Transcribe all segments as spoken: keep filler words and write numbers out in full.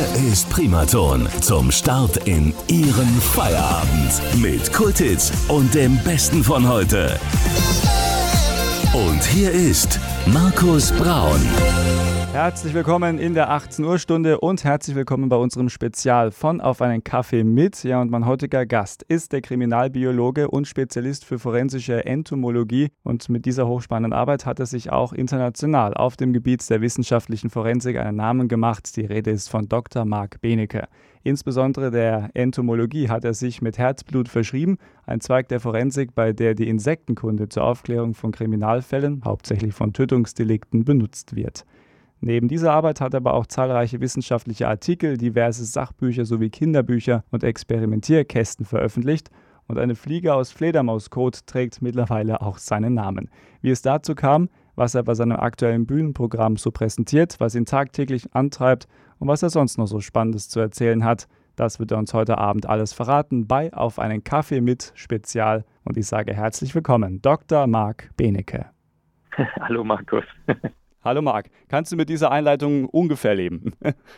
ist Primaton. Zum Start in Ihren Feierabend. Mit Kulthits und dem Besten von heute. Und hier ist Markus Braun. Herzlich willkommen in der achtzehn Uhr Stunde und herzlich willkommen bei unserem Spezial von Auf einen Kaffee mit. Ja, und mein heutiger Gast ist der Kriminalbiologe und Spezialist für forensische Entomologie. Und mit dieser hochspannenden Arbeit hat er sich auch international auf dem Gebiet der wissenschaftlichen Forensik einen Namen gemacht. Die Rede ist von Doktor Marc Benecke. Insbesondere der Entomologie hat er sich mit Herzblut verschrieben, ein Zweig der Forensik, bei der die Insektenkunde zur Aufklärung von Kriminalfällen, hauptsächlich von Tötungsdelikten, benutzt wird. Neben dieser Arbeit hat er aber auch zahlreiche wissenschaftliche Artikel, diverse Sachbücher sowie Kinderbücher und Experimentierkästen veröffentlicht und eine Fliege aus Fledermauskot trägt mittlerweile auch seinen Namen. Wie es dazu kam, was er bei seinem aktuellen Bühnenprogramm so präsentiert, was ihn tagtäglich antreibt und was er sonst noch so Spannendes zu erzählen hat, das wird er uns heute Abend alles verraten bei Auf einen Kaffee mit Spezial. Und ich sage herzlich willkommen, Doktor Marc Benecke. Hallo Markus. Hallo Marc, kannst du mit dieser Einleitung ungefähr leben?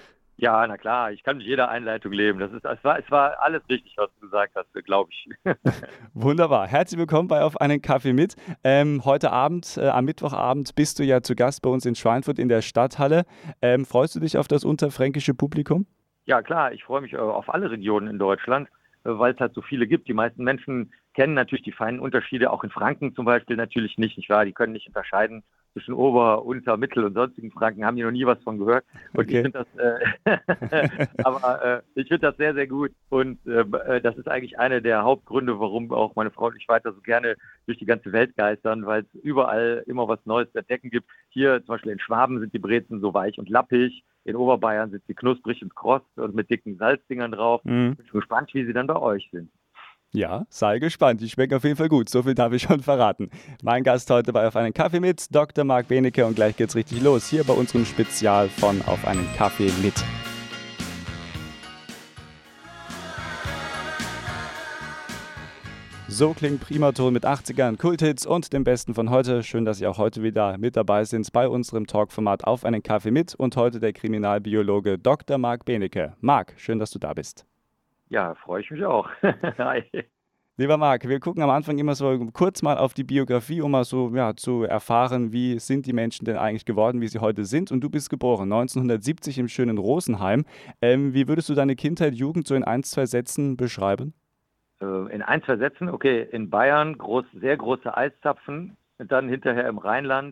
Ja, na klar, ich kann mit jeder Einleitung leben. Das ist, es, war, es war alles richtig, was du gesagt hast, glaube ich. Wunderbar, herzlich willkommen bei Auf einen Kaffee mit. Ähm, heute Abend, äh, am Mittwochabend, bist du ja zu Gast bei uns in Schweinfurt in der Stadthalle. Ähm, freust du dich auf das unterfränkische Publikum? Ja klar, ich freue mich auf alle Regionen in Deutschland, weil es halt so viele gibt. Die meisten Menschen kennen natürlich die feinen Unterschiede, auch in Franken zum Beispiel natürlich nicht, nicht wahr? Die können nicht unterscheiden zwischen Ober-, Unter-, Mittel- und sonstigen Franken, haben die noch nie was von gehört. Und okay. ich finde das, äh, aber äh, ich finde das sehr, sehr gut. Und äh, das ist eigentlich einer der Hauptgründe, warum auch meine Frau und ich weiter so gerne durch die ganze Welt geistern, weil es überall immer was Neues zu entdecken gibt. Hier zum Beispiel in Schwaben sind die Brezen so weich und lappig. In Oberbayern sind sie knusprig und kross und mit dicken Salzdingern drauf. Mhm. Ich bin gespannt, wie sie dann bei euch sind. Ja, sei gespannt. Die schmecken auf jeden Fall gut. So viel darf ich schon verraten. Mein Gast heute bei Auf einen Kaffee mit, Doktor Marc Benecke. Und gleich geht's richtig los, hier bei unserem Spezial von Auf einen Kaffee mit. So klingt Primaton mit achtzigern, Kulthits und dem Besten von heute. Schön, dass Sie auch heute wieder mit dabei sind bei unserem Talkformat Auf einen Kaffee mit. Und heute der Kriminalbiologe Doktor Marc Benecke. Marc, schön, dass du da bist. Ja, freue ich mich auch. Hi. Lieber Marc, wir gucken am Anfang immer so kurz mal auf die Biografie, um mal so ja, zu erfahren, wie sind die Menschen denn eigentlich geworden, wie sie heute sind. Und du bist geboren neunzehnhundertsiebzig im schönen Rosenheim. Ähm, wie würdest du deine Kindheit, Jugend so in ein, zwei Sätzen beschreiben? Äh, in ein, zwei Sätzen? Okay, in Bayern groß, sehr große Eiszapfen, und dann hinterher im Rheinland.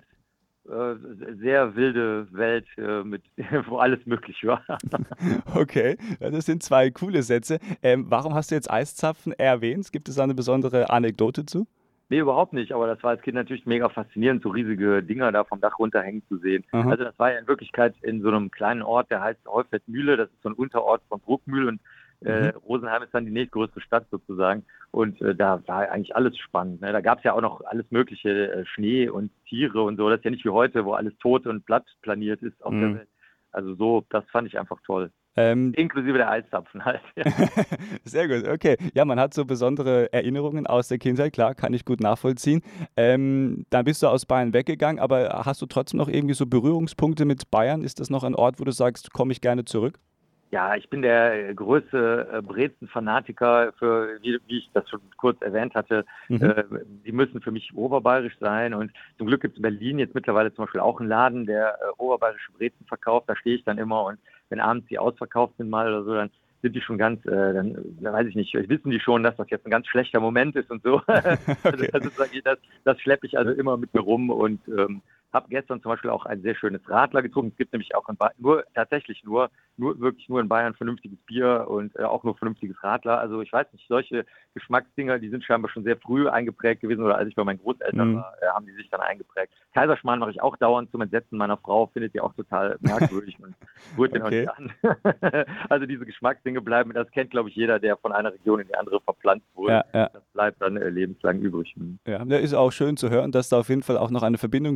Sehr wilde Welt, mit, wo alles möglich war. Okay, das sind zwei coole Sätze. Ähm, warum hast du jetzt Eiszapfen erwähnt? Gibt es da eine besondere Anekdote zu? Nee, überhaupt nicht, aber das war als Kind natürlich mega faszinierend, so riesige Dinger da vom Dach runterhängen zu sehen. Aha. Also das war ja in Wirklichkeit in so einem kleinen Ort, der heißt Heufeldmühle, das ist so ein Unterort von Bruckmühl und Äh, mhm. Rosenheim ist dann die nächstgrößte Stadt sozusagen und äh, da war eigentlich alles spannend. Ne? Da gab es ja auch noch alles mögliche, äh, Schnee und Tiere und so. Das ist ja nicht wie heute, wo alles tot und platt planiert ist auf mhm. der Welt. Also so, das fand ich einfach toll. Ähm, Inklusive der Eiszapfen halt. Ja. Sehr gut, okay. Ja, man hat so besondere Erinnerungen aus der Kindheit, klar, kann ich gut nachvollziehen. Ähm, dann bist du aus Bayern weggegangen, aber hast du trotzdem noch irgendwie so Berührungspunkte mit Bayern? Ist das noch ein Ort, wo du sagst, komme ich gerne zurück? Ja, ich bin der größte Brezen-Fanatiker, für, wie, wie ich das schon kurz erwähnt hatte. Mhm. Äh, die müssen für mich oberbayerisch sein. Und zum Glück gibt es in Berlin jetzt mittlerweile zum Beispiel auch einen Laden, der äh, oberbayerische Brezen verkauft. Da stehe ich dann immer. Und wenn abends die ausverkauft sind mal oder so, dann sind die schon ganz, äh, dann, dann weiß ich nicht, wissen die schon, dass das jetzt ein ganz schlechter Moment ist und so. Okay. Also das, ist, das, das schleppe ich also immer mit mir rum und ähm, habe gestern zum Beispiel auch ein sehr schönes Radler getrunken. Es gibt nämlich auch in Bayern, nur tatsächlich nur, nur wirklich nur in Bayern vernünftiges Bier und äh, auch nur vernünftiges Radler. Also ich weiß nicht, solche Geschmacksdinger, die sind scheinbar schon sehr früh eingeprägt gewesen oder als ich bei meinen Großeltern mhm. war, äh, haben die sich dann eingeprägt. Kaiserschmarrn mache ich auch dauernd zum Entsetzen meiner Frau, findet die auch total merkwürdig und rührt den okay. auch nicht an. Also diese Geschmacksdinge bleiben, das kennt glaube ich jeder, der von einer Region in die andere verpflanzt wurde. Ja, ja. Das bleibt dann äh, lebenslang übrig. Ja, das ist auch schön zu hören, dass da auf jeden Fall auch noch eine Verbindung zu Bayern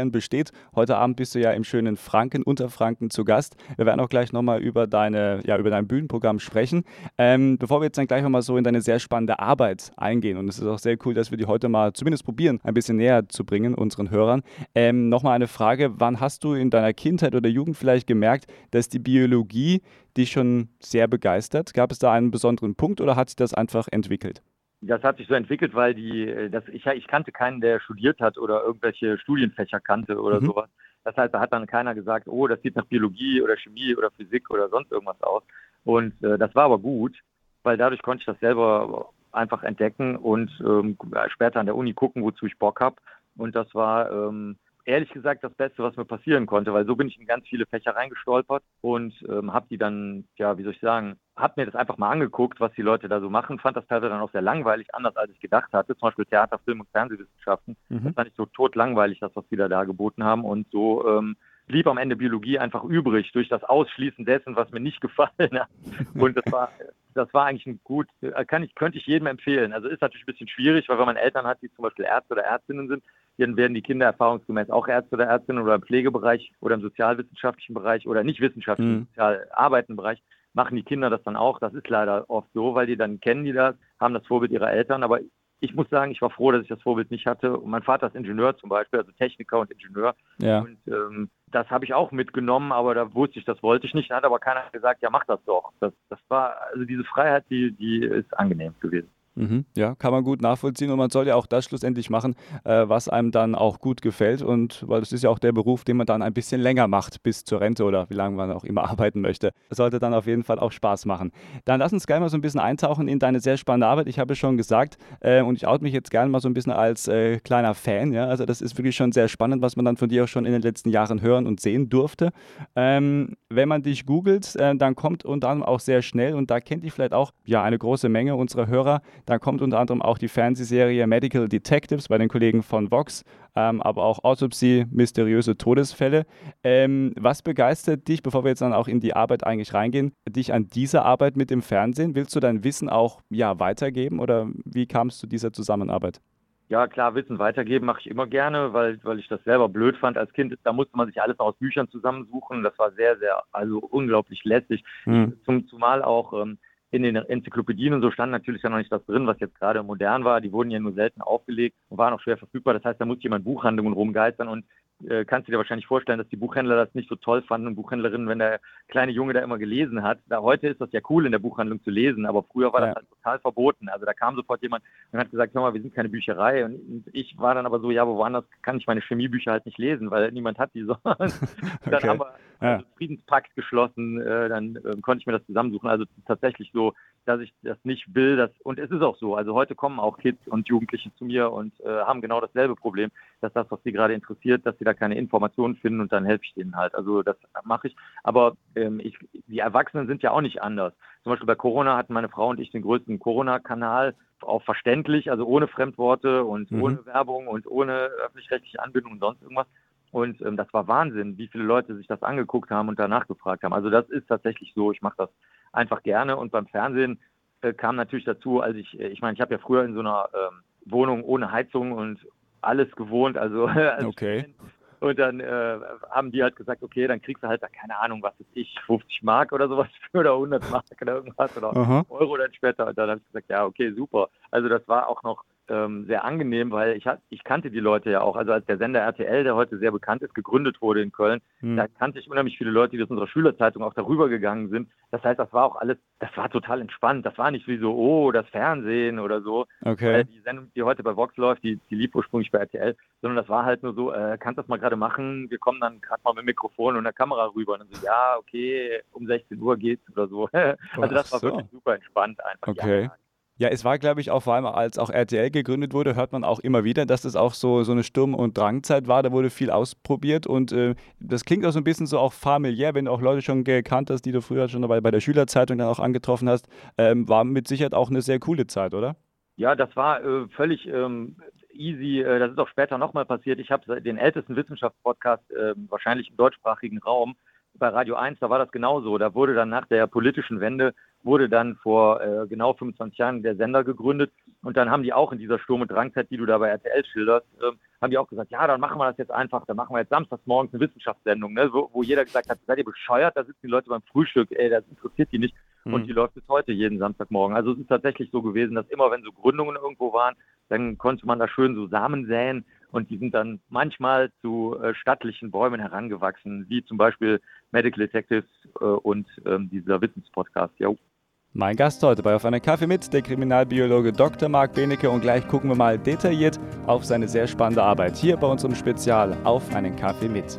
Bayern besteht. Heute Abend bist du ja im schönen Franken, Unterfranken zu Gast. Wir werden auch gleich nochmal über deine, ja, über dein Bühnenprogramm sprechen. Ähm, bevor wir jetzt dann gleich nochmal so in deine sehr spannende Arbeit eingehen, und es ist auch sehr cool, dass wir die heute mal zumindest probieren, ein bisschen näher zu bringen, unseren Hörern. Ähm, nochmal eine Frage, wann hast du in deiner Kindheit oder Jugend vielleicht gemerkt, dass die Biologie dich schon sehr begeistert? Gab es da einen besonderen Punkt oder hat sich das einfach entwickelt? Das hat sich so entwickelt, weil die, das, ich, ich kannte keinen, der studiert hat oder irgendwelche Studienfächer kannte oder Mhm. sowas. Das heißt, da hat dann keiner gesagt, oh, das sieht nach Biologie oder Chemie oder Physik oder sonst irgendwas aus. Und äh, das war aber gut, weil dadurch konnte ich das selber einfach entdecken und ähm, später an der Uni gucken, wozu ich Bock habe. Und das war ähm, ehrlich gesagt das Beste, was mir passieren konnte, weil so bin ich in ganz viele Fächer reingestolpert und ähm, habe die dann, ja, wie soll ich sagen, habe mir das einfach mal angeguckt, was die Leute da so machen, fand das teilweise dann auch sehr langweilig, anders als ich gedacht hatte, zum Beispiel Theater, Film und Fernsehwissenschaften. Mhm. Das fand ich so totlangweilig, das, was die da dargeboten haben, und so ähm, blieb am Ende Biologie einfach übrig durch das Ausschließen dessen, was mir nicht gefallen hat. Und das war, das war eigentlich ein gut, kann ich, könnte ich jedem empfehlen. Also ist natürlich ein bisschen schwierig, weil wenn man Eltern hat, die zum Beispiel Ärzte oder Ärztinnen sind, dann werden die Kinder erfahrungsgemäß auch Ärzte oder Ärztinnen oder im Pflegebereich oder im sozialwissenschaftlichen Bereich oder nicht wissenschaftlichen, Mhm. sozial arbeitenden Bereich, machen die Kinder das dann auch. Das ist leider oft so, weil die dann kennen die das, haben das Vorbild ihrer Eltern. Aber ich muss sagen, ich war froh, dass ich das Vorbild nicht hatte. Und mein Vater ist Ingenieur zum Beispiel, also Techniker und Ingenieur. Ja. Und ähm, das habe ich auch mitgenommen, aber da wusste ich, das wollte ich nicht. Da hat aber keiner gesagt, ja, mach das doch. Das, das war, also diese Freiheit, die, die ist angenehm gewesen. Mhm. Ja, kann man gut nachvollziehen, und man soll ja auch das schlussendlich machen, äh, was einem dann auch gut gefällt, und weil das ist ja auch der Beruf, den man dann ein bisschen länger macht, bis zur Rente oder wie lange man auch immer arbeiten möchte. Das sollte dann auf jeden Fall auch Spaß machen. Dann lass uns gerne mal so ein bisschen eintauchen in deine sehr spannende Arbeit. Ich habe es schon gesagt, äh, und ich oute mich jetzt gerne mal so ein bisschen als äh, kleiner Fan. Ja? Also das ist wirklich schon sehr spannend, was man dann von dir auch schon in den letzten Jahren hören und sehen durfte. Ähm, wenn man dich googelt, äh, dann kommt unter anderem auch sehr schnell, und da kennt dich vielleicht auch ja eine große Menge unserer Hörer, da kommt unter anderem auch die Fernsehserie Medical Detectives bei den Kollegen von Vox, ähm, aber auch Autopsie, mysteriöse Todesfälle. Ähm, was begeistert dich, bevor wir jetzt dann auch in die Arbeit eigentlich reingehen, dich an dieser Arbeit mit dem Fernsehen? Willst du dein Wissen auch ja, weitergeben, oder wie kam es zu dieser Zusammenarbeit? Ja, klar, Wissen weitergeben mache ich immer gerne, weil, weil ich das selber blöd fand als Kind. Da musste man sich alles noch aus Büchern zusammensuchen. Das war sehr, sehr, also unglaublich lästig. Hm. Ich, zum, zumal auch ähm, in den Enzyklopädien und so stand natürlich ja noch nicht das drin, was jetzt gerade modern war. Die wurden ja nur selten aufgelegt und waren auch schwer verfügbar. Das heißt, da musste jemand Buchhandlungen rumgeistern, und äh, kannst du dir wahrscheinlich vorstellen, dass die Buchhändler das nicht so toll fanden und Buchhändlerinnen, wenn der kleine Junge da immer gelesen hat. Da, heute ist das ja cool, in der Buchhandlung zu lesen, aber früher war das Ja. halt total verboten. Also da kam sofort jemand und hat gesagt, hör mal, wir sind keine Bücherei. Und ich war dann aber so, ja, aber woanders kann ich meine Chemiebücher halt nicht lesen, weil niemand hat die so. Dann Okay. haben wir also Friedenspakt geschlossen, äh, dann äh, konnte ich mir das zusammensuchen. Also tatsächlich so, dass ich das nicht will. Dass, und es ist auch so. Also heute kommen auch Kids und Jugendliche zu mir und äh, haben genau dasselbe Problem, dass das, was sie gerade interessiert, dass sie da keine Informationen finden, und dann helfe ich denen halt. Also das mache ich. Aber ähm, ich, die Erwachsenen sind ja auch nicht anders. Zum Beispiel bei Corona hatten meine Frau und ich den größten Corona-Kanal, auch verständlich, also ohne Fremdworte und Mhm. ohne Werbung und ohne öffentlich-rechtliche Anbindung und sonst irgendwas. Und ähm, das war Wahnsinn, wie viele Leute sich das angeguckt haben und danach gefragt haben. Also das ist tatsächlich so, ich mache das einfach gerne. Und beim Fernsehen äh, kam natürlich dazu, als ich, äh, ich meine, ich habe ja früher in so einer ähm, Wohnung ohne Heizung und alles gewohnt, also als Okay. Student. Und dann äh, haben die halt gesagt, okay, dann kriegst du halt da, keine Ahnung, was ist ich, fünfzig Mark oder sowas für, oder hundert Mark oder irgendwas, oder Aha. Euro dann später. Und dann habe ich gesagt, ja, okay, super. Also das war auch noch ähm, sehr angenehm, weil ich, hat, ich kannte die Leute ja auch. Also als der Sender R T L, der heute sehr bekannt ist, gegründet wurde in Köln, Hm. da kannte ich unheimlich viele Leute, die aus unserer Schülerzeitung auch darüber gegangen sind. Das heißt, das war auch alles, das war total entspannt. Das war nicht wie so, oh, das Fernsehen oder so. Okay. Weil die Sendung, die heute bei Vox läuft, die, die lief ursprünglich bei R T L, sondern das war halt nur so, äh, kannst das mal gerade machen, wir kommen dann gerade mal mit dem Mikrofon und der Kamera rüber. Und dann so, ja, okay, um sechzehn Uhr geht's oder so. Also das Ach war so. wirklich super entspannt einfach. Okay. Ja. Ja, es war, glaube ich, auch vor allem, als auch R T L gegründet wurde, hört man auch immer wieder, dass das auch so, so eine Sturm- und Drangzeit war. Da wurde viel ausprobiert, und äh, das klingt auch so ein bisschen so auch familiär, wenn du auch Leute schon gekannt hast, die du früher schon bei, bei der Schülerzeitung dann auch angetroffen hast. Ähm, war mit Sicherheit auch eine sehr coole Zeit, oder? Ja, das war äh, völlig ähm, easy. Äh, das ist auch später nochmal passiert. Ich habe den ältesten Wissenschaftspodcast äh, wahrscheinlich im deutschsprachigen Raum bei Radio eins, da war das genauso. Da wurde dann nach der politischen Wende, wurde dann vor äh, genau fünfundzwanzig Jahren der Sender gegründet, und dann haben die auch in dieser Sturm- und Drangzeit, die du da bei R T L schilderst, äh, haben die auch gesagt, ja, dann machen wir das jetzt einfach, dann machen wir jetzt samstags morgens eine Wissenschaftssendung, ne, wo, wo jeder gesagt hat, seid ihr bescheuert, da sitzen die Leute beim Frühstück, ey, das interessiert die nicht. Mhm. Und die läuft bis heute jeden Samstagmorgen. Also es ist tatsächlich so gewesen, dass immer, wenn so Gründungen irgendwo waren, dann konnte man da schön so Samen säen und die sind dann manchmal zu äh, stattlichen Bäumen herangewachsen, wie zum Beispiel Medical Detectives äh, und ähm, dieser Wissenspodcast. Ja. Mein Gast heute bei Auf einen Kaffee mit, der Kriminalbiologe Doktor Marc Benecke, und gleich gucken wir mal detailliert auf seine sehr spannende Arbeit hier bei unserem Spezial Auf einen Kaffee mit.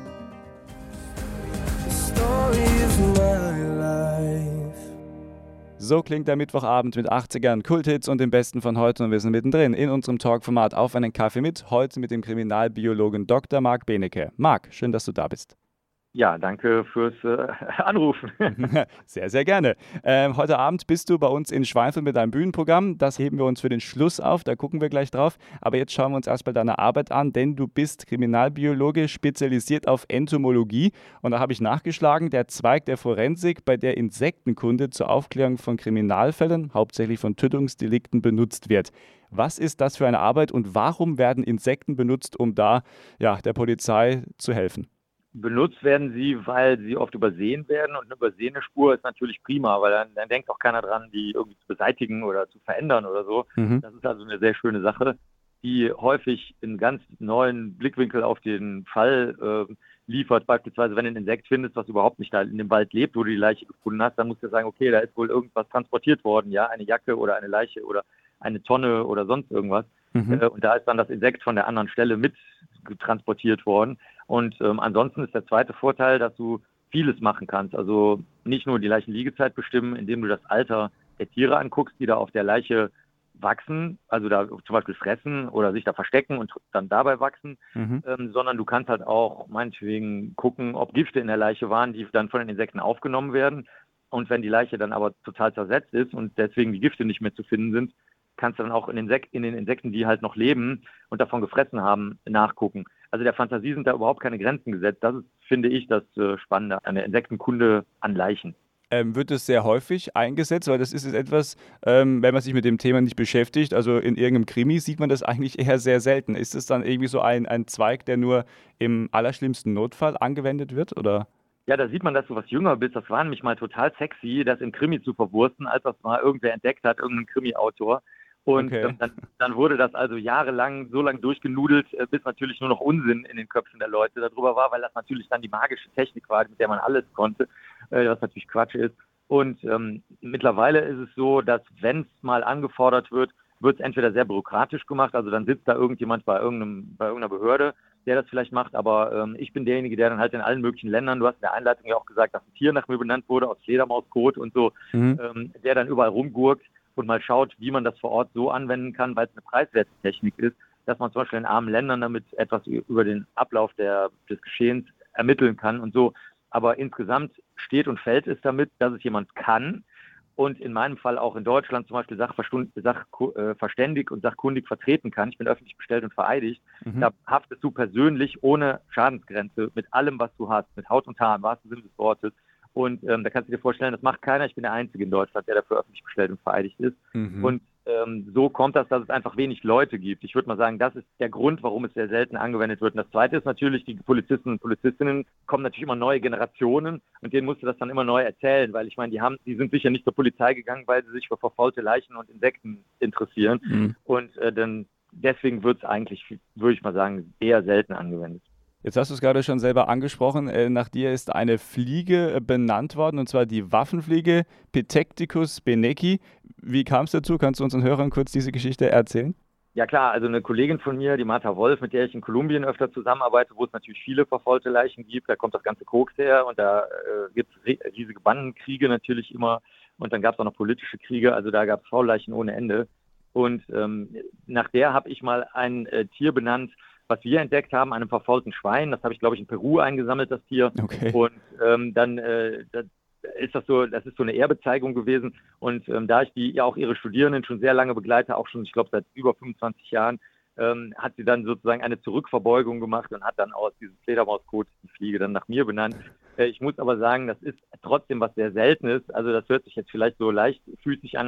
So klingt der Mittwochabend mit achtzigern, Kulthits und dem Besten von heute, und wir sind mittendrin in unserem Talkformat Auf einen Kaffee mit, heute mit dem Kriminalbiologen Doktor Marc Benecke. Marc, schön, dass du da bist. Ja, danke fürs äh, Anrufen. Sehr, sehr gerne. Ähm, heute Abend bist du bei uns in Schweinfurt mit deinem Bühnenprogramm. Das heben wir uns für den Schluss auf, da gucken wir gleich drauf. Aber jetzt schauen wir uns erstmal deine Arbeit an, denn du bist Kriminalbiologe, spezialisiert auf Entomologie. Und da habe ich nachgeschlagen, der Zweig der Forensik, bei der Insektenkunde zur Aufklärung von Kriminalfällen, hauptsächlich von Tötungsdelikten, benutzt wird. Was ist das für eine Arbeit und warum werden Insekten benutzt, um da ja, der Polizei zu helfen? Benutzt werden sie, weil sie oft übersehen werden, und eine übersehene Spur ist natürlich prima, weil dann, dann denkt auch keiner dran, die irgendwie zu beseitigen oder zu verändern oder so. Mhm. Das ist also eine sehr schöne Sache, die häufig einen ganz neuen Blickwinkel auf den Fall äh, liefert. Beispielsweise, wenn du ein Insekt findest, was überhaupt nicht da in dem Wald lebt, wo du die Leiche gefunden hast, dann musst du sagen, okay, da ist wohl irgendwas transportiert worden, ja, eine Jacke oder eine Leiche oder eine Tonne oder sonst irgendwas. Mhm. Äh, und da ist dann das Insekt von der anderen Stelle mit transportiert worden. Und ähm, ansonsten ist der zweite Vorteil, dass du vieles machen kannst. Also nicht nur die Leichenliegezeit bestimmen, indem du das Alter der Tiere anguckst, die da auf der Leiche wachsen, also da zum Beispiel fressen oder sich da verstecken und dann dabei wachsen, mhm. ähm, sondern du kannst halt auch meinetwegen gucken, ob Gifte in der Leiche waren, die dann von den Insekten aufgenommen werden. Und wenn die Leiche dann aber total zersetzt ist und deswegen die Gifte nicht mehr zu finden sind, kannst du dann auch in den, Insek- in den Insekten, die halt noch leben und davon gefressen haben, nachgucken. Also der Fantasie sind da überhaupt keine Grenzen gesetzt. Das ist, finde ich, das äh, Spannende an der Insektenkunde an Leichen. Ähm, wird es sehr häufig eingesetzt? Weil das ist jetzt etwas, ähm, wenn man sich mit dem Thema nicht beschäftigt, also in irgendeinem Krimi sieht man das eigentlich eher sehr selten. Ist es dann irgendwie so ein, ein Zweig, der nur im allerschlimmsten Notfall angewendet wird, oder? Ja, da sieht man, dass du was jünger bist. Das war nämlich mal total sexy, das im Krimi zu verwursten, als das mal irgendwer entdeckt hat, irgendein Krimi-Autor. Und okay. ähm, dann, dann wurde das also jahrelang so lange durchgenudelt, äh, bis natürlich nur noch Unsinn in den Köpfen der Leute darüber war, weil das natürlich dann die magische Technik war, mit der man alles konnte, äh, was natürlich Quatsch ist. Und ähm, mittlerweile ist es so, dass wenn es mal angefordert wird, wird es entweder sehr bürokratisch gemacht, also dann sitzt da irgendjemand bei, irgendeinem, bei irgendeiner Behörde, der das vielleicht macht, aber ähm, ich bin derjenige, der dann halt in allen möglichen Ländern, du hast in der Einleitung ja auch gesagt, dass ein Tier nach mir benannt wurde, aus Fledermauskot und so, mhm. ähm, der dann überall rumgurkt und mal schaut, wie man das vor Ort so anwenden kann, weil es eine preiswerte Technik ist, dass man zum Beispiel in armen Ländern damit etwas über den Ablauf der, des Geschehens ermitteln kann und so. Aber insgesamt steht und fällt es damit, dass es jemand kann und in meinem Fall auch in Deutschland zum Beispiel sachverständig und sachkundig vertreten kann. Ich bin öffentlich bestellt und vereidigt. Mhm. Da haftest du persönlich ohne Schadensgrenze mit allem, was du hast, mit Haut und Haar, im wahrsten Sinne des Wortes. Und ähm, da kannst du dir vorstellen, das macht keiner. Ich bin der Einzige in Deutschland, der dafür öffentlich bestellt und vereidigt ist. Mhm. Und ähm, so kommt das, dass es einfach wenig Leute gibt. Ich würde mal sagen, das ist der Grund, warum es sehr selten angewendet wird. Und das Zweite ist natürlich, die Polizisten und Polizistinnen kommen natürlich immer neue Generationen und denen musst du das dann immer neu erzählen, weil ich meine, die haben, die sind sicher nicht zur Polizei gegangen, weil sie sich für verfaulte Leichen und Insekten interessieren. Mhm. Und äh, dann deswegen wird es eigentlich, würde ich mal sagen, eher selten angewendet. Jetzt hast du es gerade schon selber angesprochen, äh, nach dir ist eine Fliege äh, benannt worden, und zwar die Waffenfliege Pithecticus benecki. Wie kam es dazu? Kannst du unseren Hörern kurz diese Geschichte erzählen? Ja klar, also eine Kollegin von mir, die Martha Wolf, mit der ich in Kolumbien öfter zusammenarbeite, wo es natürlich viele verfaulte Leichen gibt, da kommt das ganze Koks her und da äh, gibt es riesige Bandenkriege natürlich immer und dann gab es auch noch politische Kriege, also da gab es Faulleichen ohne Ende. Und ähm, nach der habe ich mal ein äh, Tier benannt, was wir entdeckt haben, einem verfaulten Schwein. Das habe ich, glaube ich, in Peru eingesammelt, das Tier. Okay. Und ähm, dann äh, das ist das so, das ist so eine Ehrbezeigung gewesen. Und ähm, da ich die ja auch ihre Studierenden schon sehr lange begleite, auch schon, ich glaube, seit über fünfundzwanzig Jahren, ähm, hat sie dann sozusagen eine Zurückverbeugung gemacht und hat dann aus diesem Fledermauskot die Fliege dann nach mir benannt. Äh, ich muss aber sagen, das ist trotzdem was sehr Seltenes. Also das hört sich jetzt vielleicht so leichtfüßig an, aber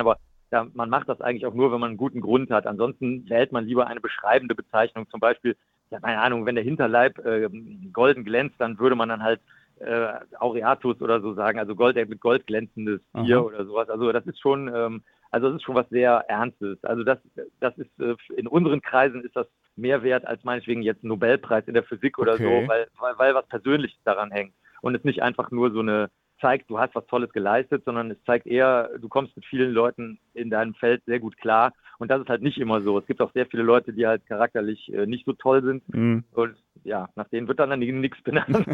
da, man macht das eigentlich auch nur, wenn man einen guten Grund hat. Ansonsten wählt man lieber eine beschreibende Bezeichnung. Zum Beispiel, ja, keine Ahnung, wenn der Hinterleib äh, golden glänzt, dann würde man dann halt äh, Aureatus oder so sagen, also Gold, mit Gold glänzendes Tier oder sowas. Also das ist schon, ähm, also das ist schon was sehr Ernstes. Also das, das ist äh, in unseren Kreisen ist das mehr wert als meinetwegen jetzt ein Nobelpreis in der Physik oder Okay. so, weil, weil, weil was Persönliches daran hängt. Und es nicht einfach nur so eine zeigt, du hast was Tolles geleistet, sondern es zeigt eher, du kommst mit vielen Leuten in deinem Feld sehr gut klar. Und das ist halt nicht immer so. Es gibt auch sehr viele Leute, die halt charakterlich äh, nicht so toll sind. Mhm. Und ja, nach denen wird dann, dann nichts benannt.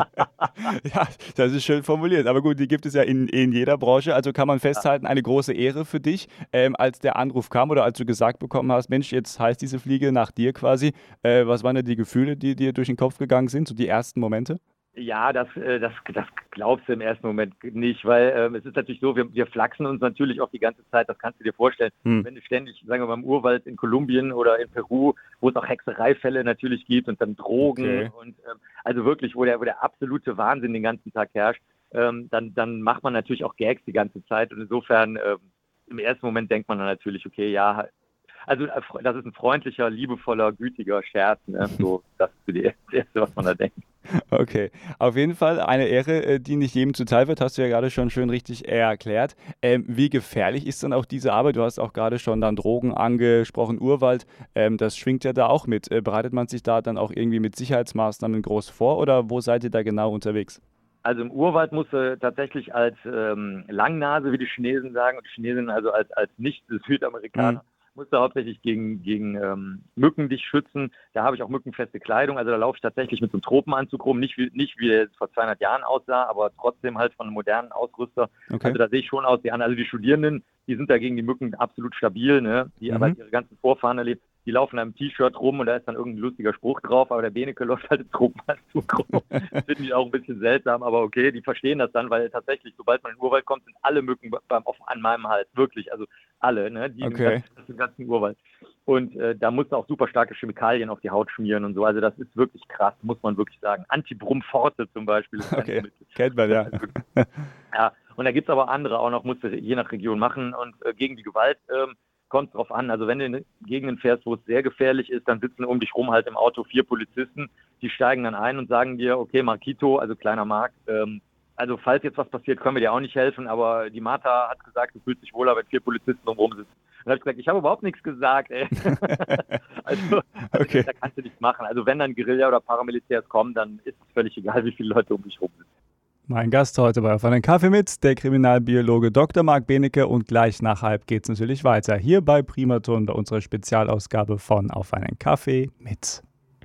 Ja, das ist schön formuliert. Aber gut, die gibt es ja in, in jeder Branche. Also kann man festhalten, eine große Ehre für dich, ähm, als der Anruf kam oder als du gesagt bekommen hast, Mensch, jetzt heißt diese Fliege nach dir quasi. Äh, was waren denn die Gefühle, die dir durch den Kopf gegangen sind, so die ersten Momente? Ja, das, äh, das, das glaubst du im ersten Moment nicht, weil ähm, es ist natürlich so, wir, wir flachsen uns natürlich auch die ganze Zeit, das kannst du dir vorstellen. Hm. Wenn du ständig, sagen wir mal, im Urwald in Kolumbien oder in Peru, wo es auch Hexereifälle natürlich gibt und dann Drogen Okay. und ähm, also wirklich, wo der, wo der absolute Wahnsinn den ganzen Tag herrscht, ähm, dann, dann macht man natürlich auch Gags die ganze Zeit und insofern ähm, im ersten Moment denkt man dann natürlich, okay, ja, also äh, das ist ein freundlicher, liebevoller, gütiger Scherz, ne? So, das ist so die- das Erste, was man da denkt. Okay, auf jeden Fall eine Ehre, äh, die nicht jedem zuteil wird, hast du ja gerade schon schön richtig erklärt. Ähm, wie gefährlich ist dann auch diese Arbeit? Du hast auch gerade schon dann Drogen angesprochen, Urwald, ähm, das schwingt ja da auch mit. Äh, bereitet man sich da dann auch irgendwie mit Sicherheitsmaßnahmen groß vor oder wo seid ihr da genau unterwegs? Also im Urwald musst du tatsächlich als ähm, Langnase, wie die Chinesen sagen, und die Chinesen also als, als Nicht-Südamerikaner, Mhm. musst du hauptsächlich gegen, gegen ähm, Mücken dich schützen. Da habe ich auch mückenfeste Kleidung. Also da laufe ich tatsächlich mit so einem Tropenanzug rum. Nicht wie, nicht wie der vor zweihundert Jahren aussah, aber trotzdem halt von einem modernen Ausrüster. Okay. Also da sehe ich schon aus, die anderen, also die Studierenden, die sind da gegen die Mücken absolut stabil, ne? Die Mhm. aber ihre ganzen Vorfahren erlebt. Die laufen in einem T-Shirt rum und da ist dann irgendein lustiger Spruch drauf, aber der Beneke läuft halt im Tropenanzug rum. Das finde ich auch ein bisschen seltsam, aber okay, die verstehen das dann, weil tatsächlich, sobald man in den Urwald kommt, sind alle Mücken beim, auf, an meinem Hals, wirklich, also alle, ne, die Okay. im, ganzen, im ganzen Urwald. Und äh, da musst du auch super starke Chemikalien auf die Haut schmieren und so, also das ist wirklich krass, muss man wirklich sagen. Anti-Brumforte zum Beispiel ist Okay, ein Mittel. kennt man, ja. Ja, und da gibt es aber andere auch noch, musst du je nach Region machen und äh, gegen die Gewalt ähm, kommt es drauf an. Also wenn du in Gegenden fährst, wo es sehr gefährlich ist, dann sitzen um dich rum halt im Auto vier Polizisten, die steigen dann ein und sagen dir, okay, Marquito, also kleiner Mark, ähm, also falls jetzt was passiert, können wir dir auch nicht helfen, aber die Martha hat gesagt, du fühlst dich wohler, wenn vier Polizisten drumherum sitzen. Und dann habe ich gesagt, ich habe überhaupt nichts gesagt, ey. also, also Okay. da kannst du nichts machen. Also wenn dann Guerilla oder Paramilitärs kommen, dann ist es völlig egal, wie viele Leute um dich rum sitzen. Mein Gast heute bei Auf einen Kaffee mit, der Kriminalbiologe Doktor Marc Beneke, und gleich nach halb geht es natürlich weiter. Hier bei Primaton bei unserer Spezialausgabe von Auf einen Kaffee mit.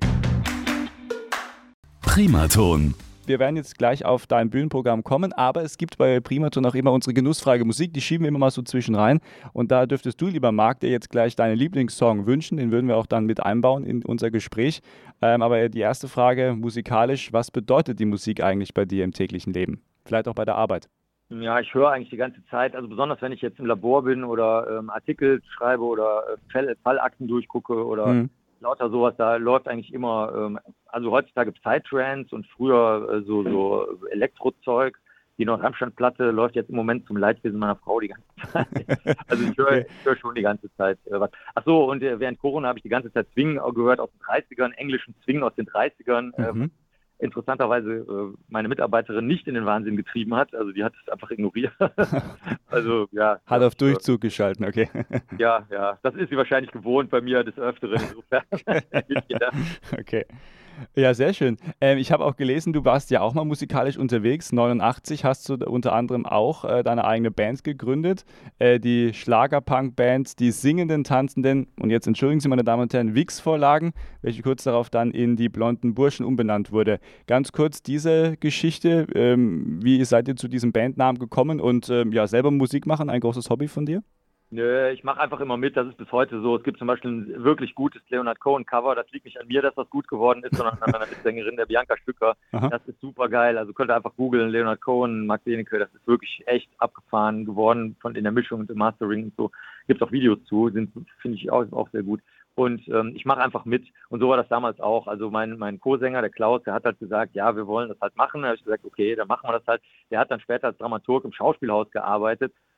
Primaton. Wir werden jetzt gleich auf dein Bühnenprogramm kommen, aber es gibt bei Primaton auch immer unsere genussfreie Musik, die schieben wir immer mal so zwischen rein. Und da dürftest du, lieber Marc, dir jetzt gleich deinen Lieblingssong wünschen, den würden wir auch dann mit einbauen in unser Gespräch. Ähm, aber die erste Frage, musikalisch, was bedeutet die Musik eigentlich bei dir im täglichen Leben? Vielleicht auch bei der Arbeit. Ja, ich höre eigentlich die ganze Zeit, also besonders wenn ich jetzt im Labor bin oder ähm, Artikel schreibe oder äh, Fall, Fallakten durchgucke oder Hm. lauter sowas, da läuft eigentlich immer, ähm, also heutzutage Psytrance und früher äh, so, so Elektrozeug. Die Nordamstand-Platte läuft jetzt im Moment zum Leidwesen meiner Frau die ganze Zeit. Also ich höre Okay. ich höre schon die ganze Zeit äh, was. Ach so, und äh, während Corona habe ich die ganze Zeit Swing gehört aus den dreißigern, englischen Swing aus den dreißigern. Äh, Mhm. interessanterweise äh, meine Mitarbeiterin nicht in den Wahnsinn getrieben hat. Also die hat es einfach ignoriert. Also ja. Hat ja, auf Durchzug geschalten, okay. Ja, ja. Das ist sie wahrscheinlich gewohnt bei mir des Öfteren. Insofern. Ja. Okay. Ja, sehr schön. Ähm, ich habe auch gelesen, du warst ja auch mal musikalisch unterwegs. neunundachtzig hast du unter anderem auch äh, deine eigene Band gegründet. Äh, die Schlagerpunk-Band, die singenden, tanzenden, und jetzt entschuldigen Sie, meine Damen und Herren, Wix-Vorlagen, welche kurz darauf dann in die Blonden Burschen umbenannt wurde. Ganz kurz diese Geschichte, ähm, wie seid ihr zu diesem Bandnamen gekommen und ähm, ja, selber Musik machen, ein großes Hobby von dir? Nö, ich mache einfach immer mit, das ist bis heute so. Es gibt zum Beispiel ein wirklich gutes Leonard Cohen-Cover, das liegt nicht an mir, dass das gut geworden ist, sondern an einer Mitsängerin, der Bianca Stücker. Aha. Das ist super geil. Also könnt ihr einfach googeln, Leonard Cohen, Marc Beneke, das ist wirklich echt abgefahren geworden von in der Mischung und im Mastering und so. Gibt auch Videos zu, sind, finde ich auch, auch sehr gut. Und ähm, ich mache einfach mit. Und so war das damals auch. Also mein, mein Co-Sänger, der Klaus, der hat halt gesagt, ja, wir wollen das halt machen. Da habe ich gesagt, okay, dann machen wir das halt. Der hat dann später als Dramaturg im Schauspielhaus gearbeitet.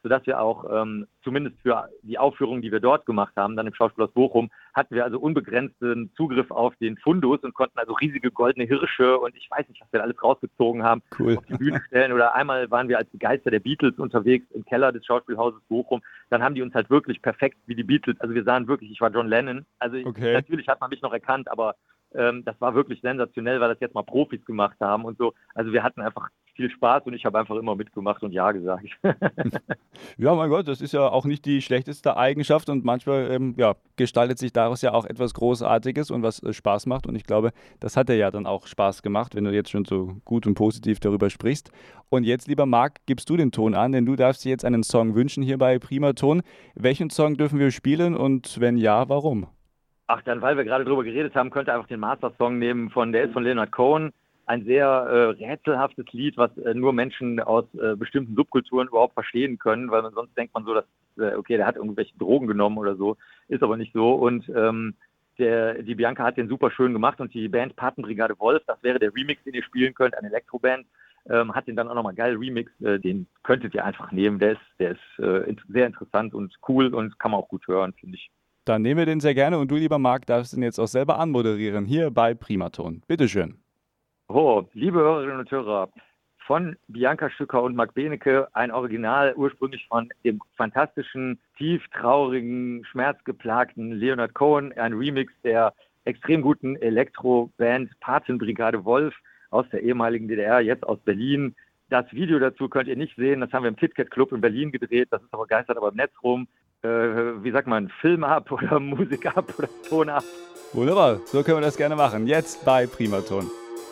sodass wir auch ähm, zumindest für die Aufführungen, die wir dort gemacht haben, dann im Schauspielhaus Bochum, hatten wir also unbegrenzten Zugriff auf den Fundus und konnten also riesige goldene Hirsche und ich weiß nicht, was wir da alles rausgezogen haben, Cool. auf die Bühne stellen. Oder einmal waren wir als die Geister der Beatles unterwegs im Keller des Schauspielhauses Bochum. Dann haben die uns halt wirklich perfekt wie die Beatles, also wir sahen wirklich, ich war John Lennon. Also Okay. Natürlich hat man mich noch erkannt, aber ähm, das war wirklich sensationell, weil das jetzt mal Profis gemacht haben und so. Also wir hatten einfach viel Spaß und ich habe einfach immer mitgemacht und Ja gesagt. Ja, mein Gott, das ist ja auch nicht die schlechteste Eigenschaft und manchmal ähm, ja, gestaltet sich daraus ja auch etwas Großartiges und was äh, Spaß macht. Und ich glaube, das hat dir ja dann auch Spaß gemacht, wenn du jetzt schon so gut und positiv darüber sprichst. Und jetzt, lieber Marc, gibst du den Ton an, denn du darfst dir jetzt einen Song wünschen hier bei Primaton. Welchen Song dürfen wir spielen und wenn ja, warum? Ach, dann, weil wir gerade drüber geredet haben, könnt ihr einfach den Master-Song nehmen, von der ist von Leonard Cohen. Ein sehr äh, rätselhaftes Lied, was äh, nur Menschen aus äh, bestimmten Subkulturen überhaupt verstehen können, weil man sonst denkt man so, dass, äh, okay, der hat irgendwelche Drogen genommen oder so, ist aber nicht so. Und ähm, der, die Bianca hat den super schön gemacht und die Band Patenbrigade Wolf, das wäre der Remix, den ihr spielen könnt, eine Elektroband, ähm, hat den dann auch nochmal geil remixed, äh, den könntet ihr einfach nehmen, der ist, der ist äh, sehr interessant und cool und kann man auch gut hören, finde ich. Dann nehmen wir den sehr gerne und du, lieber Marc, darfst ihn jetzt auch selber anmoderieren, hier bei Primaton. Bitteschön. Oh, liebe Hörerinnen und Hörer, von Bianca Stücker und Marc Benecke, ein Original ursprünglich von dem fantastischen, tief traurigen, schmerzgeplagten Leonard Cohen, ein Remix der extrem guten Elektroband Patenbrigade Wolf aus der ehemaligen D D R, jetzt aus Berlin. Das Video dazu könnt ihr nicht sehen, das haben wir im KitKat Club in Berlin gedreht, das ist aber geistert aber im Netz rum. Äh, wie sagt man, Film ab oder Musik ab oder Ton ab. Wunderbar, so können wir das gerne machen. Jetzt bei Primaton.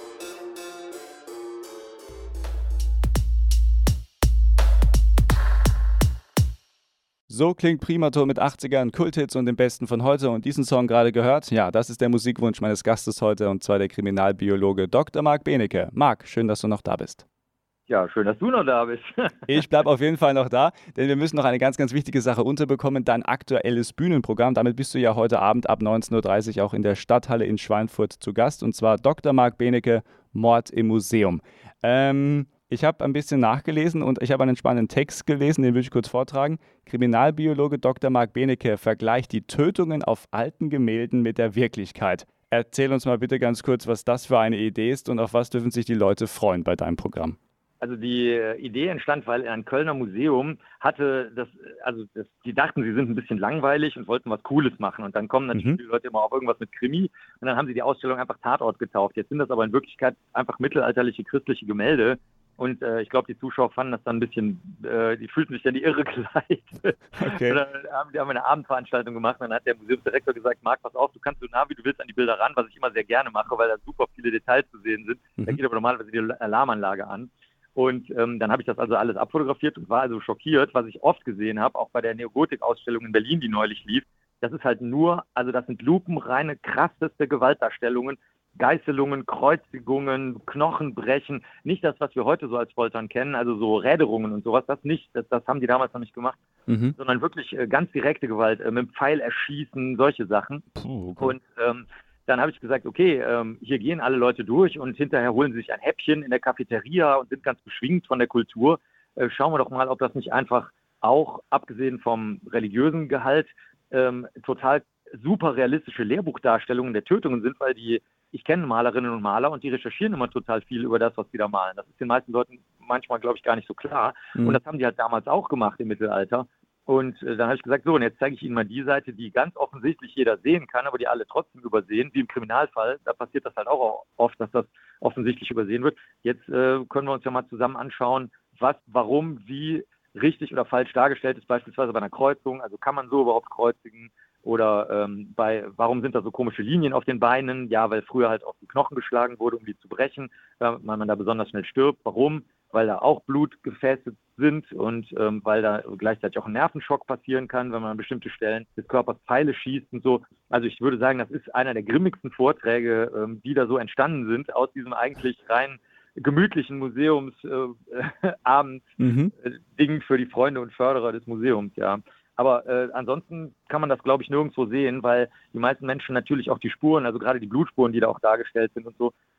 So klingt Primaton mit achtzigern, Kulthits und dem Besten von heute und diesen Song gerade gehört. Ja, das ist der Musikwunsch meines Gastes heute und zwar der Kriminalbiologe Doktor Marc Benecke. Marc, schön, dass du noch da bist. Ja, schön, dass du noch da bist. Ich bleibe auf jeden Fall noch da, denn wir müssen noch eine ganz, ganz wichtige Sache unterbekommen, dein aktuelles Bühnenprogramm. Damit bist du ja heute Abend ab neunzehn Uhr dreißig auch in der Stadthalle in Schweinfurt zu Gast und zwar Doktor Marc Benecke, Mord im Museum. Ähm... Ich habe ein bisschen nachgelesen und ich habe einen spannenden Text gelesen, den will ich kurz vortragen. Kriminalbiologe Doktor Marc Benecke vergleicht die Tötungen auf alten Gemälden mit der Wirklichkeit. Erzähl uns mal bitte ganz kurz, was das für eine Idee ist und auf was dürfen sich die Leute freuen bei deinem Programm. Also die Idee entstand, weil ein Kölner Museum hatte das, also das, die dachten, sie sind ein bisschen langweilig und wollten was Cooles machen. Und dann kommen natürlich Mhm. die Leute immer auf irgendwas mit Krimi und dann haben sie die Ausstellung einfach Tatort getauft. Jetzt sind das aber in Wirklichkeit einfach mittelalterliche christliche Gemälde. Und äh, ich glaube, die Zuschauer fanden das dann ein bisschen, äh, die fühlten sich dann die Irre geleitet. Okay. Und dann haben, die haben eine Abendveranstaltung gemacht und dann hat der Museumsdirektor gesagt, Marc, pass auf, du kannst so nah wie du willst an die Bilder ran, was ich immer sehr gerne mache, weil da super viele Details zu sehen sind. Mhm. Da geht aber normalerweise die Alarmanlage an. Und ähm, dann habe ich das also alles abfotografiert und war also schockiert, was ich oft gesehen habe, auch bei der Neogotik-Ausstellung in Berlin, die neulich lief. Das ist halt nur, also das sind lupenreine, krasseste Gewaltdarstellungen, Geißelungen, Kreuzigungen, Knochenbrechen, nicht das, was wir heute so als Foltern kennen, also so Räderungen und sowas, das nicht, das, das haben die damals noch nicht gemacht, Mhm. sondern wirklich äh, ganz direkte Gewalt, äh, mit dem Pfeil erschießen, solche Sachen. Puh, okay. Und ähm, dann habe ich gesagt, okay, ähm, hier gehen alle Leute durch und hinterher holen sie sich ein Häppchen in der Cafeteria und sind ganz beschwingt von der Kultur. Äh, schauen wir doch mal, ob das nicht einfach auch, abgesehen vom religiösen Gehalt, ähm, total super realistische Lehrbuchdarstellungen der Tötungen sind, weil die, ich kenne Malerinnen und Maler und die recherchieren immer total viel über das, was sie da malen. Das ist den meisten Leuten manchmal, glaube ich, gar nicht so klar. Mhm. Und das haben die halt damals auch gemacht im Mittelalter. Und äh, dann habe ich gesagt, so, und jetzt zeige ich Ihnen mal die Seite, die ganz offensichtlich jeder sehen kann, aber die alle trotzdem übersehen, wie im Kriminalfall. Da passiert das halt auch oft, dass das offensichtlich übersehen wird. Jetzt äh, können wir uns ja mal zusammen anschauen, was, warum, wie richtig oder falsch dargestellt ist, beispielsweise bei einer Kreuzung. Also kann man so überhaupt kreuzigen? Oder ähm, bei, warum sind da so komische Linien auf den Beinen? Ja, weil früher halt auf die Knochen geschlagen wurde, um die zu brechen, weil man da besonders schnell stirbt. Warum? Weil da auch Blutgefäße sind und ähm, weil da gleichzeitig auch ein Nervenschock passieren kann, wenn man an bestimmte Stellen des Körpers Pfeile schießt und so. Also ich würde sagen, das ist einer der grimmigsten Vorträge, ähm, die da so entstanden sind, aus diesem eigentlich rein gemütlichen Museumsabend-Ding Mhm. äh, für die Freunde und Förderer des Museums, ja. Aber äh, ansonsten kann man das, glaube ich, nirgendwo sehen, weil die meisten Menschen natürlich auch die Spuren, also gerade die Blutspuren, die da auch dargestellt sind und so,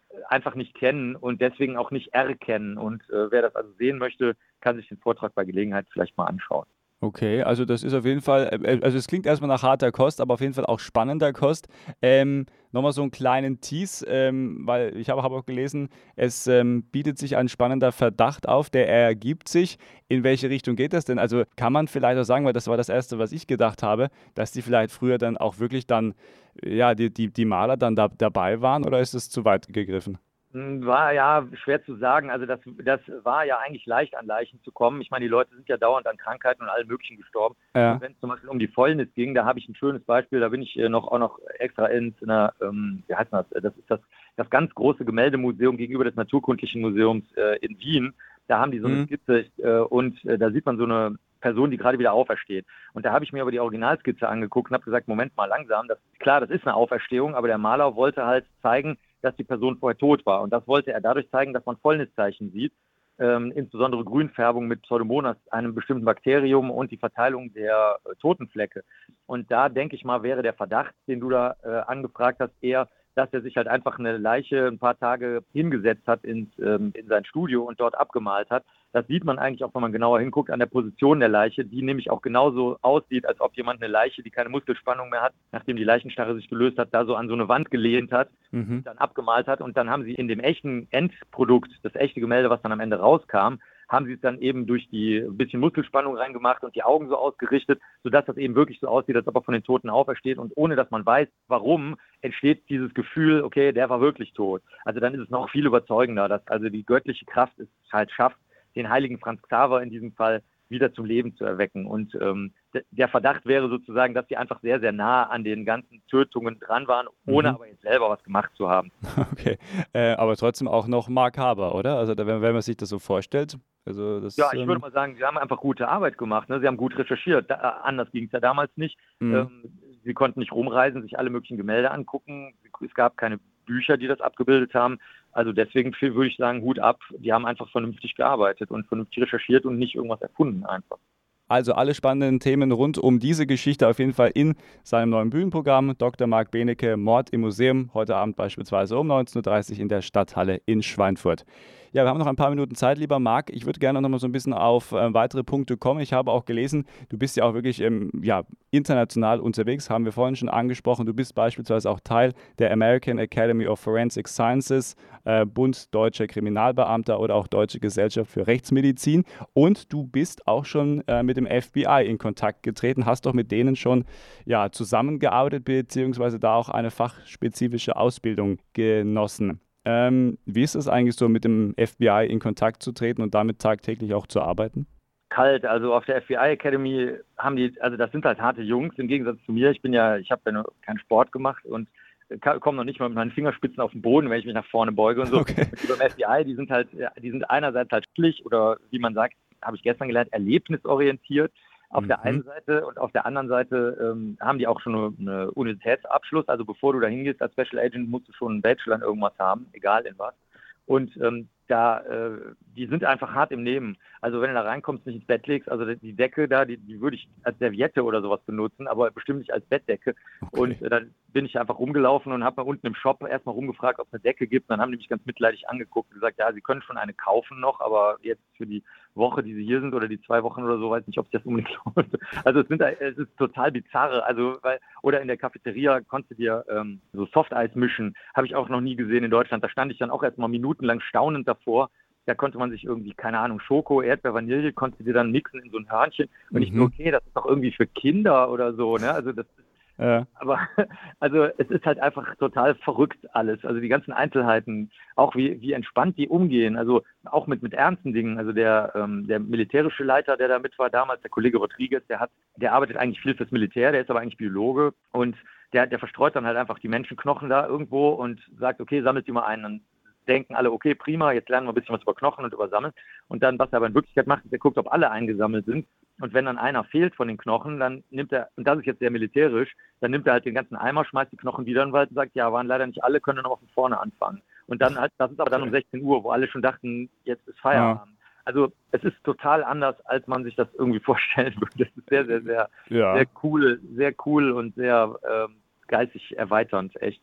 einfach nicht kennen und deswegen auch nicht erkennen. Und äh, wer das also sehen möchte, kann sich den Vortrag bei Gelegenheit vielleicht mal anschauen. Okay, also das ist auf jeden Fall, äh, also es klingt erstmal nach harter Kost, aber auf jeden Fall auch spannender Kost. Ähm, nochmal so einen kleinen Tease, ähm, weil ich habe hab auch gelesen, es ähm, bietet sich ein spannender Verdacht auf, der ergibt sich. In welche Richtung geht das denn? Also kann man vielleicht auch sagen, weil das war das Erste, was ich gedacht habe, dass die vielleicht früher dann auch wirklich dann, ja, die, die, die Maler dann da, dabei waren, oder ist es zu weit gegriffen? War ja schwer zu sagen. Also das, das war ja eigentlich leicht, an Leichen zu kommen. Ich meine, die Leute sind ja dauernd an Krankheiten und allem Möglichen gestorben. Ja. Und wenn es zum Beispiel um die Fäulnis ging, da habe ich ein schönes Beispiel. Da bin ich noch auch noch extra ins, in einer, ähm, wie heißt das? Das ist das, das ganz große Gemäldemuseum gegenüber des Naturkundlichen Museums äh, in Wien. Da haben die so eine Mhm. Skizze äh, und äh, da sieht man so eine Person, die gerade wieder aufersteht. Und da habe ich mir aber die Originalskizze angeguckt und habe gesagt, Moment mal, langsam. Das, klar, das ist eine Auferstehung, aber der Maler wollte halt zeigen, dass die Person vorher tot war. Und das wollte er dadurch zeigen, dass man Fäulniszeichen sieht, ähm, insbesondere Grünfärbung mit Pseudomonas, einem bestimmten Bakterium und die Verteilung der äh, Totenflecke. Und da, denke ich mal, wäre der Verdacht, den du da äh, angefragt hast, eher, dass er sich halt einfach eine Leiche ein paar Tage hingesetzt hat ins, ähm, in sein Studio und dort abgemalt hat. Das sieht man eigentlich auch, wenn man genauer hinguckt, an der Position der Leiche, die nämlich auch genauso aussieht, als ob jemand eine Leiche, die keine Muskelspannung mehr hat, nachdem die Leichenstarre sich gelöst hat, da so an so eine Wand gelehnt hat, Mhm. dann abgemalt hat. Und dann haben sie in dem echten Endprodukt, das echte Gemälde, was dann am Ende rauskam, haben sie es dann eben durch die ein bisschen Muskelspannung reingemacht und die Augen so ausgerichtet, sodass das eben wirklich so aussieht, als ob er von den Toten aufersteht. Und ohne dass man weiß, warum, entsteht dieses Gefühl, okay, der war wirklich tot. Also dann ist es noch viel überzeugender, dass also die göttliche Kraft es halt schafft, den heiligen Franz Xaver in diesem Fall wieder zum Leben zu erwecken. Und ähm, d- der Verdacht wäre sozusagen, dass sie einfach sehr, sehr nah an den ganzen Tötungen dran waren, ohne Mhm. aber jetzt selber was gemacht zu haben. Okay, äh, aber trotzdem auch noch makaber, oder? Also da, wenn, wenn man sich das so vorstellt, also das... Ja, ich ähm, würde mal sagen, sie haben einfach gute Arbeit gemacht. Ne? Sie haben gut recherchiert. Da, äh, anders ging es ja damals nicht. mhm. Ähm, sie konnten nicht rumreisen, sich alle möglichen Gemälde angucken. Es gab keine Bücher, die das abgebildet haben. Also deswegen viel- würde ich sagen, Hut ab. Die haben einfach vernünftig gearbeitet und vernünftig recherchiert und nicht irgendwas erfunden einfach. Also alle spannenden Themen rund um diese Geschichte auf jeden Fall in seinem neuen Bühnenprogramm. Doktor Marc Benecke, Mord im Museum, heute Abend beispielsweise um neunzehn Uhr dreißig in der Stadthalle in Schweinfurt. Ja, wir haben noch ein paar Minuten Zeit, lieber Marc. Ich würde gerne noch mal so ein bisschen auf äh, weitere Punkte kommen. Ich habe auch gelesen, du bist ja auch wirklich ähm, ja, international unterwegs, haben wir vorhin schon angesprochen. Du bist beispielsweise auch Teil der American Academy of Forensic Sciences, äh, Bund Deutscher Kriminalbeamter oder auch Deutsche Gesellschaft für Rechtsmedizin. Und du bist auch schon äh, mit dem F B I in Kontakt getreten, hast doch mit denen schon ja, zusammengearbeitet, beziehungsweise da auch eine fachspezifische Ausbildung genossen. Ähm, wie ist es eigentlich so, mit dem F B I in Kontakt zu treten und damit tagtäglich auch zu arbeiten? Kalt, also auf der F B I Academy haben die, also das sind halt harte Jungs im Gegensatz zu mir. Ich bin ja, ich habe ja nur keinen Sport gemacht und komme noch nicht mal mit meinen Fingerspitzen auf den Boden, wenn ich mich nach vorne beuge und so. Okay. Und die beim F B I, die sind halt, die sind einerseits halt schlicht oder wie man sagt, habe ich gestern gelernt, erlebnisorientiert auf Mhm. der einen Seite und auf der anderen Seite ähm, haben die auch schon eine, eine Universitätsabschluss. Also bevor du da hingehst als Special Agent, musst du schon einen Bachelor in irgendwas haben, egal in was. Und ähm, da, äh, die sind einfach hart im Nehmen. Also wenn du da reinkommst, nicht ins Bett legst, also die Decke da, die, die würde ich als Serviette oder sowas benutzen, aber bestimmt nicht als Bettdecke. Okay. Und äh, dann bin ich einfach rumgelaufen und habe mal unten im Shop erstmal rumgefragt, ob es eine Decke gibt. Dann haben die mich ganz mitleidig angeguckt und gesagt, ja, sie können schon eine kaufen noch, aber jetzt für die Woche, die sie hier sind oder die zwei Wochen oder so, weiß nicht, ob es das unbedingt lohnt. Also es, sind, es ist total bizarre. Also, weil, oder in der Cafeteria konntest du dir ähm, so Softeis mischen. Habe ich auch noch nie gesehen in Deutschland. Da stand ich dann auch erstmal minutenlang staunend davor. Da konnte man sich irgendwie, keine Ahnung, Schoko, Erdbeer, Vanille, konntest du dir dann mixen in so ein Hörnchen. Und ich so, Mhm. okay, das ist doch irgendwie für Kinder oder so. Ne? Also das ist Ja. aber also es ist halt einfach total verrückt alles. Also die ganzen Einzelheiten, auch wie, wie entspannt die umgehen, also auch mit, mit ernsten Dingen. Also der, ähm, der militärische Leiter, der da mit war damals, der Kollege Rodriguez, der hat, der arbeitet eigentlich viel fürs Militär, der ist aber eigentlich Biologe und der, der verstreut dann halt einfach die Menschenknochen da irgendwo und sagt, okay, sammelt die mal ein. Dann denken alle, okay, prima, jetzt lernen wir ein bisschen was über Knochen und über Sammeln. Und dann, was er aber in Wirklichkeit macht, ist, er guckt, ob alle eingesammelt sind. Und wenn dann einer fehlt von den Knochen, dann nimmt er, und das ist jetzt sehr militärisch, dann nimmt er halt den ganzen Eimer, schmeißt die Knochen wieder in den Wald und sagt, ja, waren leider nicht alle, können noch von vorne anfangen. Und dann halt, das ist aber dann um sechzehn Uhr, wo alle schon dachten, jetzt ist Feierabend. Ja. Also es ist total anders, als man sich das irgendwie vorstellen würde. Das ist sehr, sehr, sehr, Ja. sehr cool, sehr cool und sehr ähm, geistig erweiternd, echt.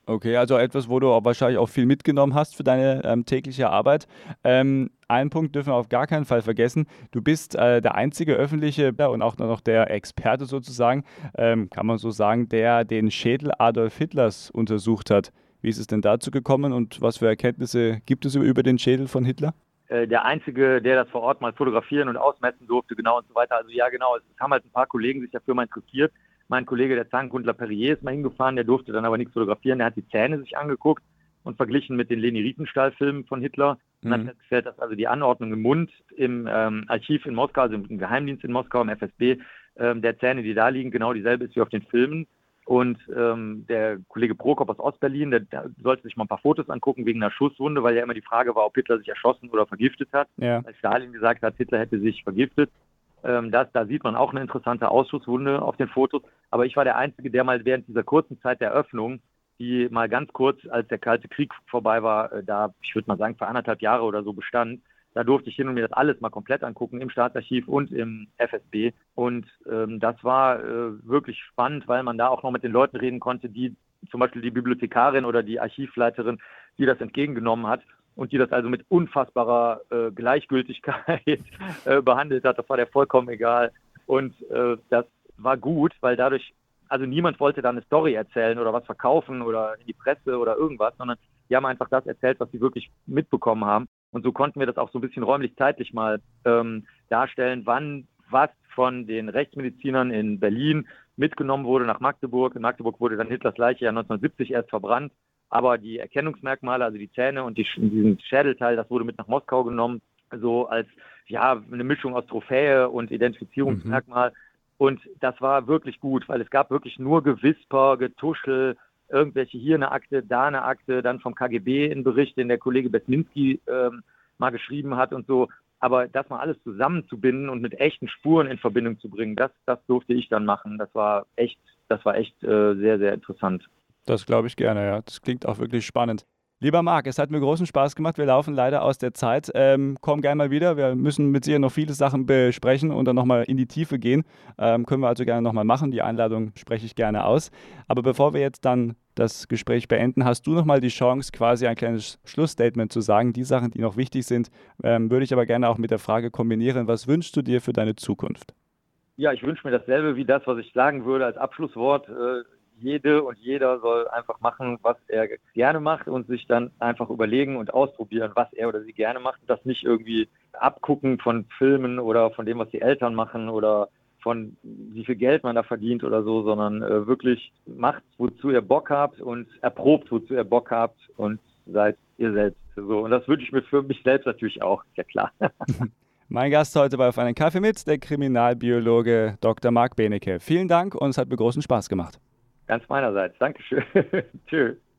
Okay, also etwas, wo du auch wahrscheinlich auch viel mitgenommen hast für deine ähm, tägliche Arbeit. Ähm, einen Punkt dürfen wir auf gar keinen Fall vergessen. Du bist äh, der einzige öffentliche ja, und auch noch der Experte sozusagen, ähm, kann man so sagen, der den Schädel Adolf Hitlers untersucht hat. Wie ist es denn dazu gekommen und was für Erkenntnisse gibt es über, über den Schädel von Hitler? Äh, der Einzige, der das vor Ort mal fotografieren und ausmessen durfte, genau und so weiter. Also ja, genau, es haben halt ein paar Kollegen sich dafür mal interessiert. Mein Kollege, der Zahnkundler Perrier, ist mal hingefahren, der durfte dann aber nichts fotografieren. Der hat die Zähne sich angeguckt und verglichen mit den Leni Riefenstahl-Filmen von Hitler. Und mhm. dann festgestellt, dass also die Anordnung im Mund im ähm, Archiv in Moskau, also im Geheimdienst in Moskau, im F S B, ähm, der Zähne, die da liegen, genau dieselbe ist wie auf den Filmen. Und ähm, der Kollege Prokop aus Ostberlin, der, der sollte sich mal ein paar Fotos angucken wegen einer Schusswunde, weil ja immer die Frage war, ob Hitler sich erschossen oder vergiftet hat. Ja. Als Stalin gesagt hat, Hitler hätte sich vergiftet. Ähm, das, da sieht man auch eine interessante Ausschusswunde auf den Fotos. Aber ich war der Einzige, der mal während dieser kurzen Zeit der Öffnung, die mal ganz kurz, als der Kalte Krieg vorbei war, äh, da, ich würde mal sagen, für anderthalb Jahre oder so bestand, da durfte ich hin und mir das alles mal komplett angucken, im Staatsarchiv und im F S B. Und ähm, das war äh, wirklich spannend, weil man da auch noch mit den Leuten reden konnte, die zum Beispiel die Bibliothekarin oder die Archivleiterin, die das entgegengenommen hat und die das also mit unfassbarer äh, Gleichgültigkeit äh, behandelt hat. Das war der vollkommen egal. Und äh, das war gut, weil dadurch, also niemand wollte da eine Story erzählen oder was verkaufen oder in die Presse oder irgendwas, sondern die haben einfach das erzählt, was sie wirklich mitbekommen haben. Und so konnten wir das auch so ein bisschen räumlich-zeitlich mal ähm, darstellen, wann was von den Rechtsmedizinern in Berlin mitgenommen wurde nach Magdeburg. In Magdeburg wurde dann Hitlers Leiche ja neunzehnhundertsiebzig erst verbrannt. Aber die Erkennungsmerkmale, also die Zähne und die, diesen Schädelteil, das wurde mit nach Moskau genommen, so als ja eine Mischung aus Trophäe und Identifizierungsmerkmal. Mhm. Und das war wirklich gut, weil es gab wirklich nur Gewisper, Getuschel, irgendwelche hier eine Akte, da eine Akte, dann vom K G B ein Bericht, den der Kollege Besminski ähm, mal geschrieben hat und so. Aber das mal alles zusammenzubinden und mit echten Spuren in Verbindung zu bringen, das, das durfte ich dann machen. Das war echt, das war echt äh, sehr, sehr interessant. Das glaube ich gerne, ja. Das klingt auch wirklich spannend. Lieber Marc, es hat mir großen Spaß gemacht. Wir laufen leider aus der Zeit. Ähm, komm gerne mal wieder. Wir müssen mit dir noch viele Sachen besprechen und dann nochmal in die Tiefe gehen. Ähm, können wir also gerne nochmal machen. Die Einladung spreche ich gerne aus. Aber bevor wir jetzt dann das Gespräch beenden, hast du nochmal die Chance, quasi ein kleines Schlussstatement zu sagen. Die Sachen, die noch wichtig sind, ähm, würde ich aber gerne auch mit der Frage kombinieren. Was wünschst du dir für deine Zukunft? Ja, ich wünsche mir dasselbe wie das, was ich sagen würde als Abschlusswort. Äh, Jede und jeder soll einfach machen, was er gerne macht und sich dann einfach überlegen und ausprobieren, was er oder sie gerne macht. Das nicht irgendwie abgucken von Filmen oder von dem, was die Eltern machen oder von wie viel Geld man da verdient oder so, sondern äh, wirklich macht, wozu ihr Bock habt und erprobt, wozu ihr Bock habt und seid ihr selbst. So. Und das wünsche ich mir für mich selbst natürlich auch, ist ja klar. Mein Gast heute bei Auf einen Kaffee mit, der Kriminalbiologe Doktor Marc Benecke. Vielen Dank und es hat mir großen Spaß gemacht. Ganz meinerseits. Dankeschön. Tschüss.